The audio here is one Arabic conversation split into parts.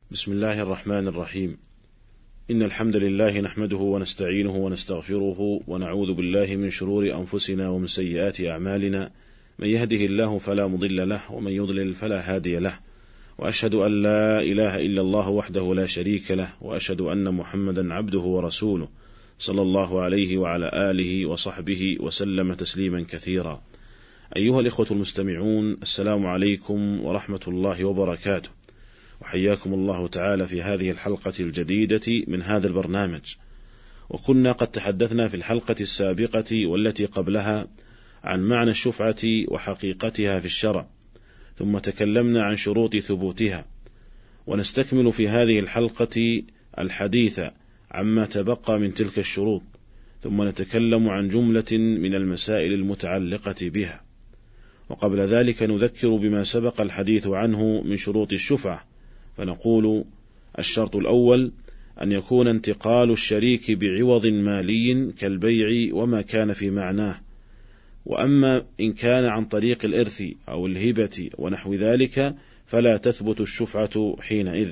بسم الله الرحمن الرحيم. إن الحمد لله نحمده ونستعينه ونستغفره ونعوذ بالله من شرور أنفسنا ومن سيئات أعمالنا، من يهده الله فلا مضل له ومن يضلل فلا هادي له، وأشهد أن لا إله إلا الله وحده لا شريك له، وأشهد أن محمدا عبده ورسوله صلى الله عليه وعلى آله وصحبه وسلم تسليما كثيرا. أيها الإخوة المستمعون، السلام عليكم ورحمة الله وبركاته، وحياكم الله تعالى في هذه الحلقة الجديدة من هذا البرنامج. وكنا قد تحدثنا في الحلقة السابقة والتي قبلها عن معنى الشفعة وحقيقتها في الشرع، ثم تكلمنا عن شروط ثبوتها، ونستكمل في هذه الحلقة الحديث عما تبقى من تلك الشروط، ثم نتكلم عن جملة من المسائل المتعلقة بها. وقبل ذلك نذكر بما سبق الحديث عنه من شروط الشفعة، فنقول: الشرط الأول أن يكون انتقال الشريك بعوض مالي كالبيع وما كان في معناه، وأما إن كان عن طريق الإرث أو الهبة ونحو ذلك فلا تثبت الشفعة حينئذ.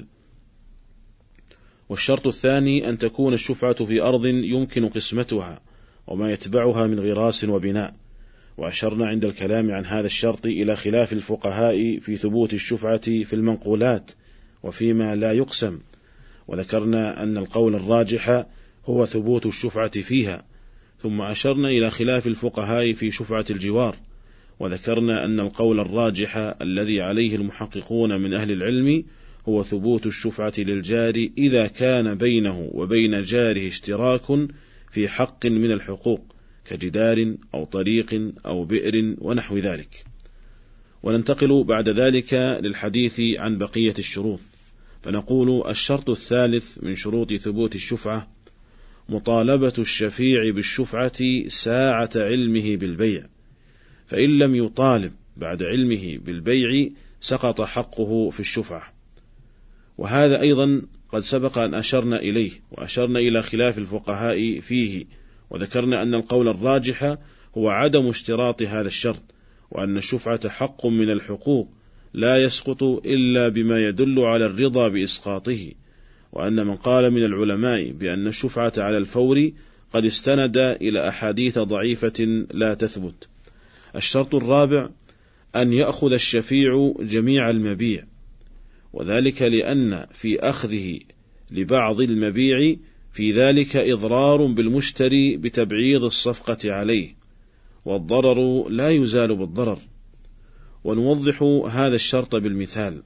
والشرط الثاني أن تكون الشفعة في أرض يمكن قسمتها وما يتبعها من غراس وبناء، وأشرنا عند الكلام عن هذا الشرط إلى خلاف الفقهاء في ثبوت الشفعة في المنقولات وفيما لا يقسم، وذكرنا أن القول الراجح هو ثبوت الشفعة فيها، ثم أشرنا إلى خلاف الفقهاء في شفعة الجوار، وذكرنا أن القول الراجح الذي عليه المحققون من أهل العلم هو ثبوت الشفعة للجار إذا كان بينه وبين جاره اشتراك في حق من الحقوق كجدار أو طريق أو بئر ونحو ذلك. وننتقل بعد ذلك للحديث عن بقية الشروط، فنقول: الشرط الثالث من شروط ثبوت الشفعة مطالبة الشفيع بالشفعة ساعة علمه بالبيع، فإن لم يطالب بعد علمه بالبيع سقط حقه في الشفعة. وهذا أيضا قد سبق أن أشرنا إليه، وأشرنا إلى خلاف الفقهاء فيه، وذكرنا أن القول الراجح هو عدم اشتراط هذا الشرط، وأن الشفعة حق من الحقوق لا يسقط إلا بما يدل على الرضا بإسقاطه، وأن من قال من العلماء بأن الشفعة على الفور قد استند إلى أحاديث ضعيفة لا تثبت. الشرط الرابع أن يأخذ الشفيع جميع المبيع، وذلك لأن في أخذه لبعض المبيع في ذلك إضرار بالمشتري بتبعيض الصفقة عليه، والضرر لا يزال بالضرر. ونوضح هذا الشرط بالمثال: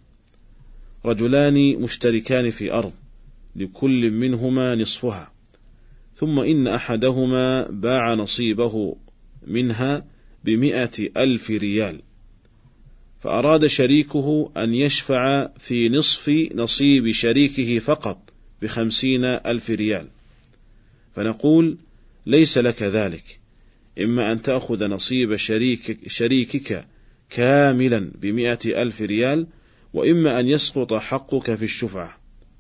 رجلان مشتركان في أرض لكل منهما نصفها، ثم إن أحدهما باع نصيبه منها ب100,000 ريال، فأراد شريكه أن يشفع في نصف نصيب شريكه فقط ب50,000 ريال، فنقول: ليس لك ذلك، إما أن تأخذ نصيب شريكك كاملا ب100,000 ريال، وإما أن يسقط حقك في الشفعة.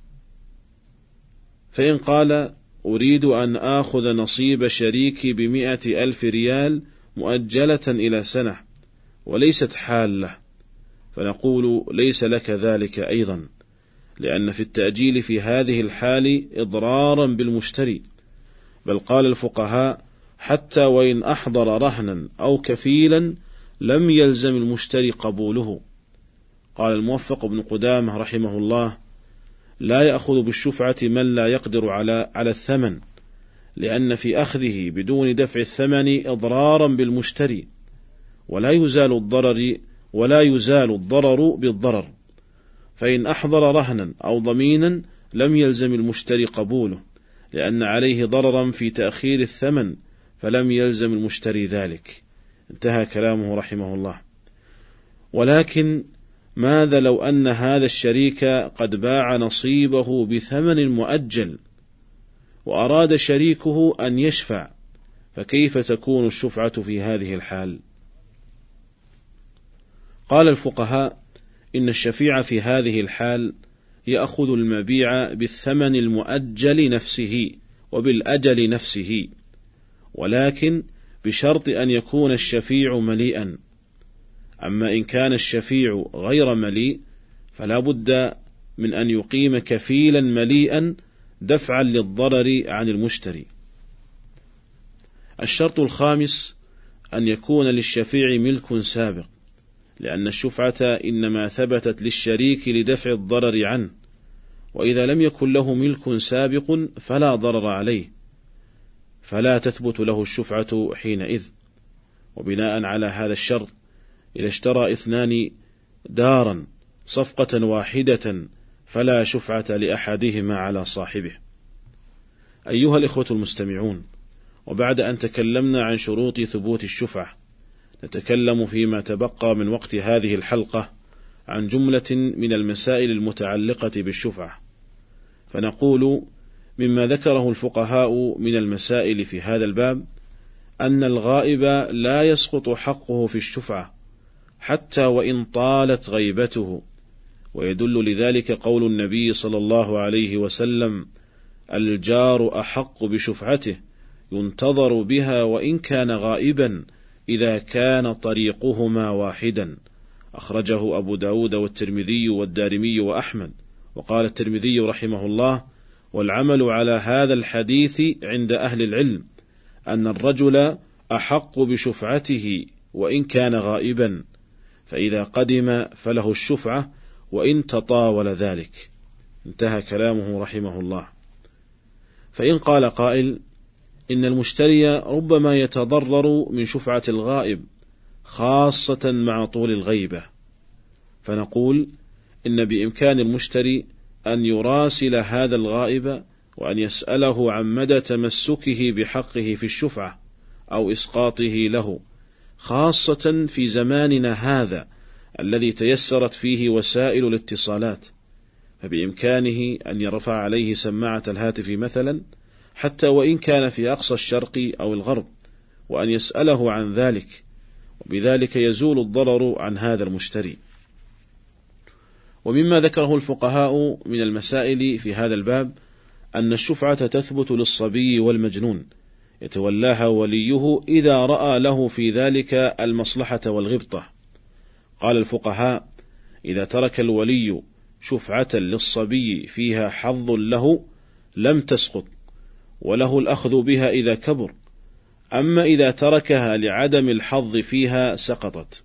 فإن قال: أريد أن آخذ نصيب شريكي ب100,000 ريال مؤجلة إلى سنة وليست حالة، فنقول: ليس لك ذلك أيضا، لأن في التأجيل في هذه الحال إضرارا بالمشتري. بل قال الفقهاء: حتى وإن أحضر رهنا أو كفيلا لم يلزم المشتري قبوله. قال الموفق بن قدامة رحمه الله: لا يأخذ بالشفعة من لا يقدر على الثمن، لأن في أخذه بدون دفع الثمن إضرارا بالمشتري، ولا يزال الضرر بالضرر. فإن أحضر رهنا أو ضمينا لم يلزم المشتري قبوله، لأن عليه ضررا في تأخير الثمن، فلم يلزم المشتري ذلك. انتهى كلامه رحمه الله. ولكن ماذا لو أن هذا الشريك قد باع نصيبه بثمن مؤجل، وأراد شريكه أن يشفع، فكيف تكون الشفعة في هذه الحال؟ قال الفقهاء: إن الشفيع في هذه الحال يأخذ المبيع بالثمن المؤجل نفسه وبالأجل نفسه، ولكن بشرط أن يكون الشفيع مليئا. أما إن كان الشفيع غير مليء فلا بد من أن يقيم كفيلا مليئا دفعا للضرر عن المشتري. الشرط الخامس أن يكون للشفيع ملك سابق، لأن الشفعة إنما ثبتت للشريك لدفع الضرر عنه، وإذا لم يكن له ملك سابق فلا ضرر عليه، فلا تثبت له الشفعة حينئذ. وبناء على هذا الشرط إذا اشترى اثنان دارا صفقة واحدة فلا شفعة لأحدهما على صاحبه. أيها الإخوة المستمعون، وبعد أن تكلمنا عن شروط ثبوت الشفعة، نتكلم فيما تبقى من وقت هذه الحلقة عن جملة من المسائل المتعلقة بالشفعة. فنقول مما ذكره الفقهاء من المسائل في هذا الباب أن الغائب لا يسقط حقه في الشفعة حتى وإن طالت غيبته، ويدل لذلك قول النبي صلى الله عليه وسلم: الجار أحق بشفعته ينتظر بها وإن كان غائبا إذا كان طريقهما واحدا. أخرجه أبو داود والترمذي والدارمي وأحمد. وقال الترمذي رحمه الله: والعمل على هذا الحديث عند أهل العلم أن الرجل أحق بشفعته وإن كان غائبا، فإذا قدم فله الشفعة وإن تطاول ذلك. انتهى كلامه رحمه الله. فإن قال قائل: إن المشتري ربما يتضرر من شفعة الغائب خاصة مع طول الغيبة، فنقول إن بإمكان المشتري أن يراسل هذا الغائب وأن يسأله عن مدى تمسكه بحقه في الشفعة أو إسقاطه له، خاصة في زماننا هذا الذي تيسرت فيه وسائل الاتصالات، فبإمكانه أن يرفع عليه سماعة الهاتف مثلا حتى وإن كان في أقصى الشرق أو الغرب، وأن يسأله عن ذلك، وبذلك يزول الضرر عن هذا المشتري. ومما ذكره الفقهاء من المسائل في هذا الباب أن الشفعة تثبت للصبي والمجنون يتولاها وليه إذا رأى له في ذلك المصلحة والغبطة. قال الفقهاء: إذا ترك الولي شفعة للصبي فيها حظ له لم تسقط، وله الأخذ بها إذا كبر، أما إذا تركها لعدم الحظ فيها سقطت.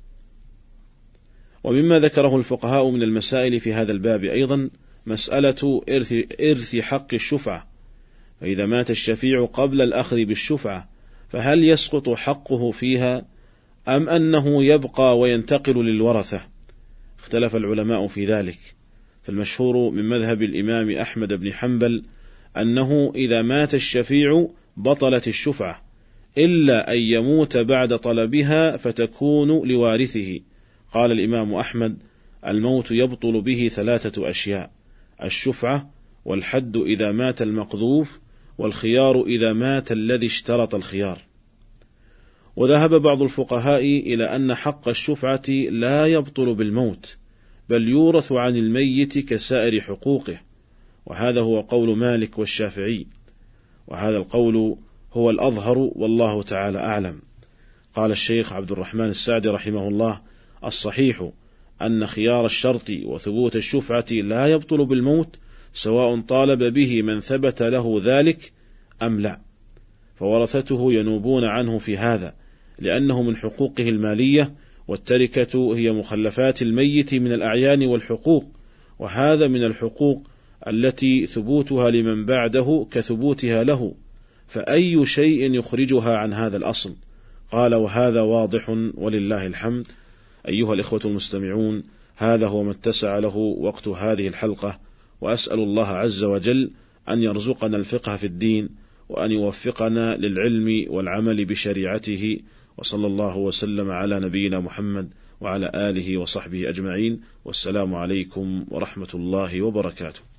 ومما ذكره الفقهاء من المسائل في هذا الباب أيضا مسألة إرث حق الشفعة، فإذا مات الشفيع قبل الأخذ بالشفعة فهل يسقط حقه فيها أم أنه يبقى وينتقل للورثة؟ اختلف العلماء في ذلك، فالمشهور من مذهب الإمام أحمد بن حنبل أنه إذا مات الشفيع بطلت الشفعة إلا أن يموت بعد طلبها فتكون لوارثه. قال الإمام أحمد: الموت يبطل به 3 أشياء: الشفعة، والحد إذا مات المقذوف، والخيار إذا مات الذي اشترط الخيار. وذهب بعض الفقهاء إلى أن حق الشفعة لا يبطل بالموت، بل يورث عن الميت كسائر حقوقه، وهذا هو قول مالك والشافعي، وهذا القول هو الأظهر والله تعالى أعلم. قال الشيخ عبد الرحمن السعدي رحمه الله: الصحيح أن خيار الشرط وثبوت الشفعة لا يبطل بالموت سواء طالب به من ثبت له ذلك أم لا، فورثته ينوبون عنه في هذا، لأنه من حقوقه المالية، والتركة هي مخلفات الميت من الأعيان والحقوق، وهذا من الحقوق التي ثبوتها لمن بعده كثبوتها له، فأي شيء يخرجها عن هذا الأصل؟ قال: وهذا واضح ولله الحمد. أيها الإخوة المستمعون، هذا هو ما اتسع له وقت هذه الحلقة، وأسأل الله عز وجل أن يرزقنا الفقه في الدين، وأن يوفقنا للعلم والعمل بشريعته، وصلى الله وسلم على نبينا محمد وعلى آله وصحبه أجمعين، والسلام عليكم ورحمة الله وبركاته.